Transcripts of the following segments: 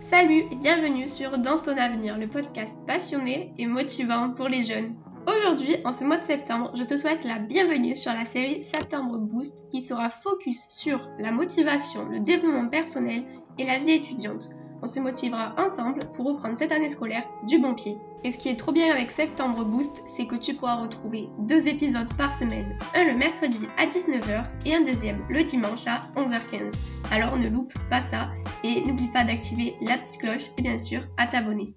Salut et bienvenue sur Dans ton avenir, le podcast passionné et motivant pour les jeunes. Aujourd'hui, en ce mois de septembre, je te souhaite la bienvenue sur la série Septembre Boost qui sera focus sur la motivation, le développement personnel et la vie étudiante. On se motivera ensemble pour reprendre cette année scolaire du bon pied. Et ce qui est trop bien avec Septembre Boost, c'est que tu pourras retrouver 2 épisodes par semaine, un le mercredi à 19h et un deuxième le dimanche à 11h15. Alors ne loupe pas ça et n'oublie pas d'activer la petite cloche et bien sûr à t'abonner.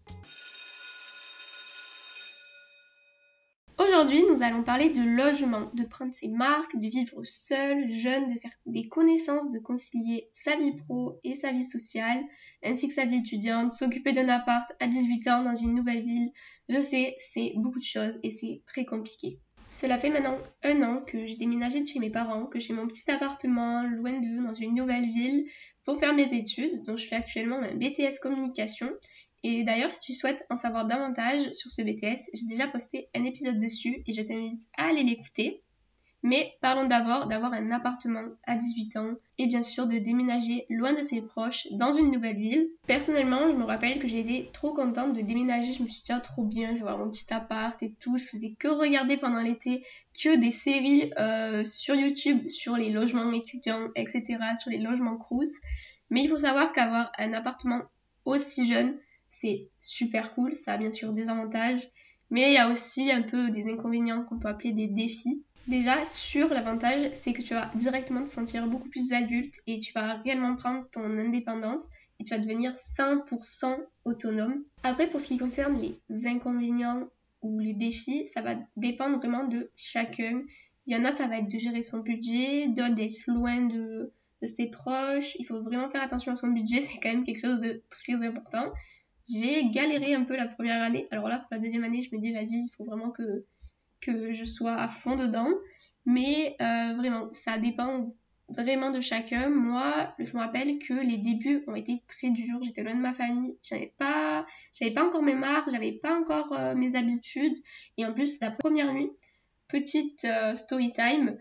Aujourd'hui, nous allons parler de logement, de prendre ses marques, de vivre seul, jeune, de faire des connaissances, de concilier sa vie pro et sa vie sociale, ainsi que sa vie étudiante, s'occuper d'un appart à 18 ans dans une nouvelle ville. Je sais, c'est beaucoup de choses et c'est très compliqué. Cela fait maintenant 1 an que j'ai déménagé de chez mes parents, que j'ai mon petit appartement loin d'eux dans une nouvelle ville pour faire mes études. Donc je fais actuellement un BTS communication. Et d'ailleurs, si tu souhaites en savoir davantage sur ce BTS, j'ai déjà posté un épisode dessus et je t'invite à aller l'écouter. Mais parlons d'abord d'avoir un appartement à 18 ans et bien sûr de déménager loin de ses proches dans une nouvelle ville. Personnellement, je me rappelle que j'ai été trop contente de déménager, je me suis dit trop bien, je vais avoir mon petit appart et tout. Je faisais que regarder pendant l'été que des séries sur YouTube sur les logements étudiants, etc., sur les logements crous. Mais il faut savoir qu'avoir un appartement aussi jeune, c'est super cool, ça a bien sûr des avantages, mais il y a aussi un peu des inconvénients qu'on peut appeler des défis. Déjà, l'avantage, c'est que tu vas directement te sentir beaucoup plus adulte et tu vas réellement prendre ton indépendance et tu vas devenir 100% autonome. Après, pour ce qui concerne les inconvénients ou les défis, ça va dépendre vraiment de chacun. Il y en a, ça va être de gérer son budget, d'autres d'être loin de ses proches. Il faut vraiment faire attention à son budget, c'est quand même quelque chose de très important. J'ai galéré un peu la première année. Alors là, pour la deuxième année, je me dis, vas-y, il faut vraiment que je sois à fond dedans. Mais vraiment, ça dépend vraiment de chacun. Moi, je me rappelle que les débuts ont été très durs. J'étais loin de ma famille. J'avais pas encore mes marques, j'avais pas encore mes habitudes. Et en plus, la première nuit, petite story time,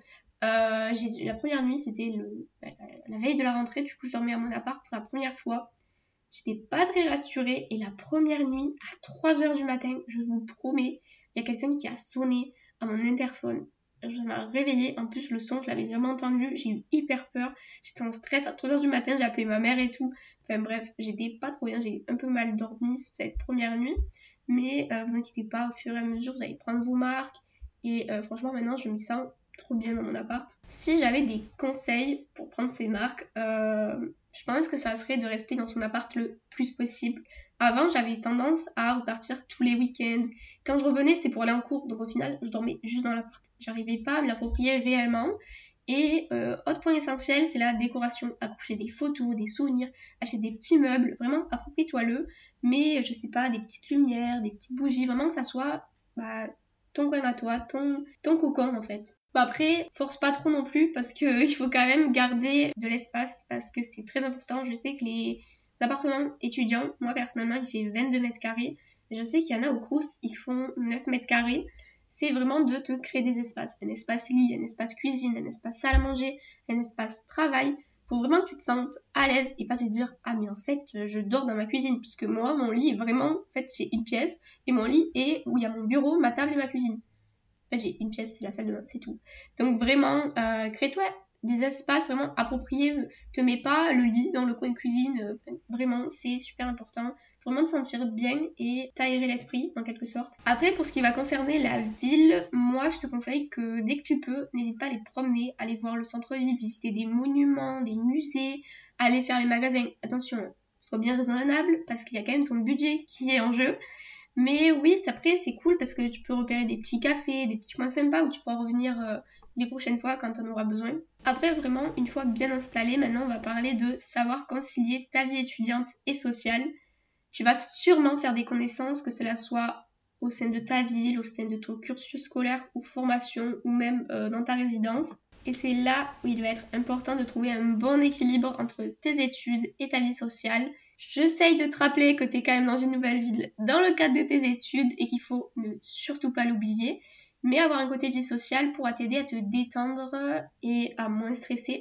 la première nuit, c'était la veille de la rentrée. Du coup, je dormais à mon appart pour la première fois. J'étais pas très rassurée et la première nuit, à 3h du matin, je vous promets, il y a quelqu'un qui a sonné à mon interphone. Je m'a réveillée, en plus le son, je l'avais jamais entendu, j'ai eu hyper peur, j'étais en stress, à 3h du matin, j'ai appelé ma mère et tout. Enfin bref, j'étais pas trop bien, j'ai un peu mal dormi cette première nuit, mais vous inquiétez pas, au fur et à mesure, vous allez prendre vos marques et franchement maintenant, je me sens trop bien dans mon appart. Si j'avais des conseils pour prendre ces marques, je pense que ça serait de rester dans son appart le plus possible. Avant, j'avais tendance à repartir tous les week-ends. Quand je revenais, c'était pour aller en cours. Donc au final, je dormais juste dans l'appart. J'arrivais pas à me l'approprier réellement. Et autre point essentiel, c'est la décoration. Accrocher des photos, des souvenirs, acheter des petits meubles. Vraiment, approprie-toi-le. Mais je sais pas, des petites lumières, des petites bougies. Vraiment que ça soit ton coin à toi, ton cocon en fait. Après, force pas trop non plus parce qu'il faut quand même garder de l'espace parce que c'est très important. Je sais que les appartements étudiants, moi personnellement, il fait 22 mètres carrés. Je sais qu'il y en a au Crous, ils font 9 mètres carrés. C'est vraiment de te créer des espaces. Un espace lit, un espace cuisine, un espace salle à manger, un espace travail. Pour vraiment que tu te sentes à l'aise et pas te dire « Ah mais en fait, je dors dans ma cuisine » puisque moi, mon lit est vraiment... En fait, j'ai une pièce et mon lit est où il y a mon bureau, ma table et ma cuisine. En fait, j'ai une pièce, c'est la salle de bain, c'est tout. Donc vraiment, crée-toi des espaces vraiment appropriés. Te mets pas le lit dans le coin de cuisine. Vraiment, c'est super important. Faut vraiment te sentir bien et t'aérer l'esprit, en quelque sorte. Après, pour ce qui va concerner la ville, moi, je te conseille que dès que tu peux, n'hésite pas à aller te promener, aller voir le centre-ville, visiter des monuments, des musées, aller faire les magasins. Attention, sois bien raisonnable, parce qu'il y a quand même ton budget qui est en jeu. Mais oui, après, c'est cool parce que tu peux repérer des petits cafés, des petits coins sympas où tu pourras revenir les prochaines fois quand tu en auras besoin. Après, vraiment, une fois bien installé, maintenant, on va parler de savoir concilier ta vie étudiante et sociale. Tu vas sûrement faire des connaissances, que cela soit au sein de ta ville, au sein de ton cursus scolaire ou formation, ou même dans ta résidence. Et c'est là où il va être important de trouver un bon équilibre entre tes études et ta vie sociale. J'essaye de te rappeler que tu es quand même dans une nouvelle ville dans le cadre de tes études et qu'il faut ne surtout pas l'oublier. Mais avoir un côté vie sociale pourra t'aider à te détendre et à moins stresser.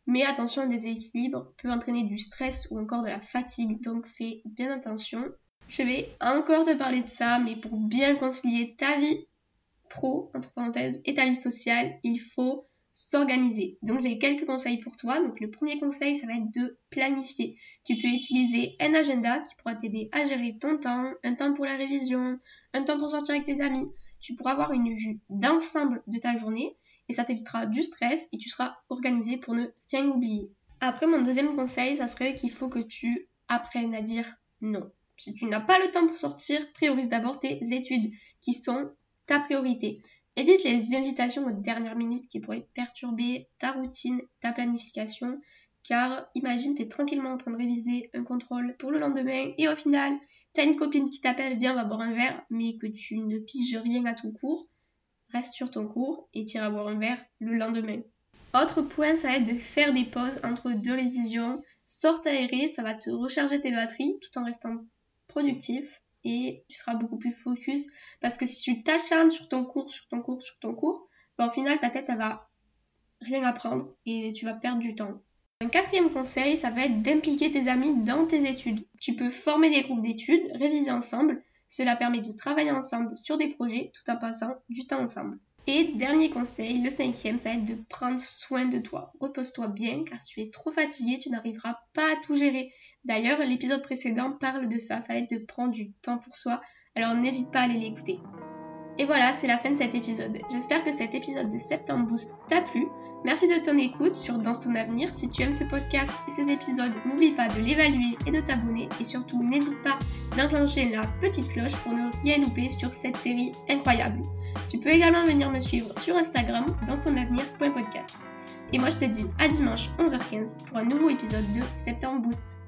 Mais attention, un déséquilibre peut entraîner du stress ou encore de la fatigue, donc fais bien attention. Je vais encore te parler de ça, mais pour bien concilier ta vie pro, entre parenthèses, et ta vie sociale, il faut s'organiser. Donc j'ai quelques conseils pour toi. Donc le premier conseil, ça va être de planifier. Tu peux utiliser un agenda qui pourra t'aider à gérer ton temps, un temps pour la révision, un temps pour sortir avec tes amis. Tu pourras avoir une vue d'ensemble de ta journée et ça t'évitera du stress et tu seras organisé pour ne rien oublier. Après, mon deuxième conseil, ça serait qu'il faut que tu apprennes à dire non. Si tu n'as pas le temps pour sortir, priorise d'abord tes études qui sont ta priorité. Évite les invitations aux dernières minutes qui pourraient perturber ta routine, ta planification, car imagine, tu es tranquillement en train de réviser un contrôle pour le lendemain et au final, tu as une copine qui t'appelle, viens, on va boire un verre, mais que tu ne piges rien à ton cours. Reste sur ton cours et t'iras boire un verre le lendemain. Autre point, ça va être de faire des pauses entre deux révisions. Sors t'aérer, ça va te recharger tes batteries tout en restant productif et tu seras beaucoup plus focus parce que si tu t'acharnes sur ton cours, au final ta tête elle va rien apprendre et tu vas perdre du temps. Un quatrième conseil, ça va être d'impliquer tes amis dans tes études. Tu peux former des groupes d'études, réviser ensemble, cela permet de travailler ensemble sur des projets tout en passant du temps ensemble. Et dernier conseil, le cinquième, ça va être de prendre soin de toi. Repose-toi bien car si tu es trop fatigué, tu n'arriveras pas à tout gérer. D'ailleurs, l'épisode précédent parle de ça va être de prendre du temps pour soi, alors n'hésite pas à aller l'écouter. Et voilà, c'est la fin de cet épisode. J'espère que cet épisode de Septembre Boost t'a plu. Merci de ton écoute sur Dans ton avenir. Si tu aimes ce podcast et ces épisodes, n'oublie pas de l'évaluer et de t'abonner. Et surtout, n'hésite pas d'enclencher la petite cloche pour ne rien louper sur cette série incroyable. Tu peux également venir me suivre sur Instagram, danstonAvenir.podcast. Et moi, je te dis à dimanche 11h15 pour un nouveau épisode de Septembre Boost.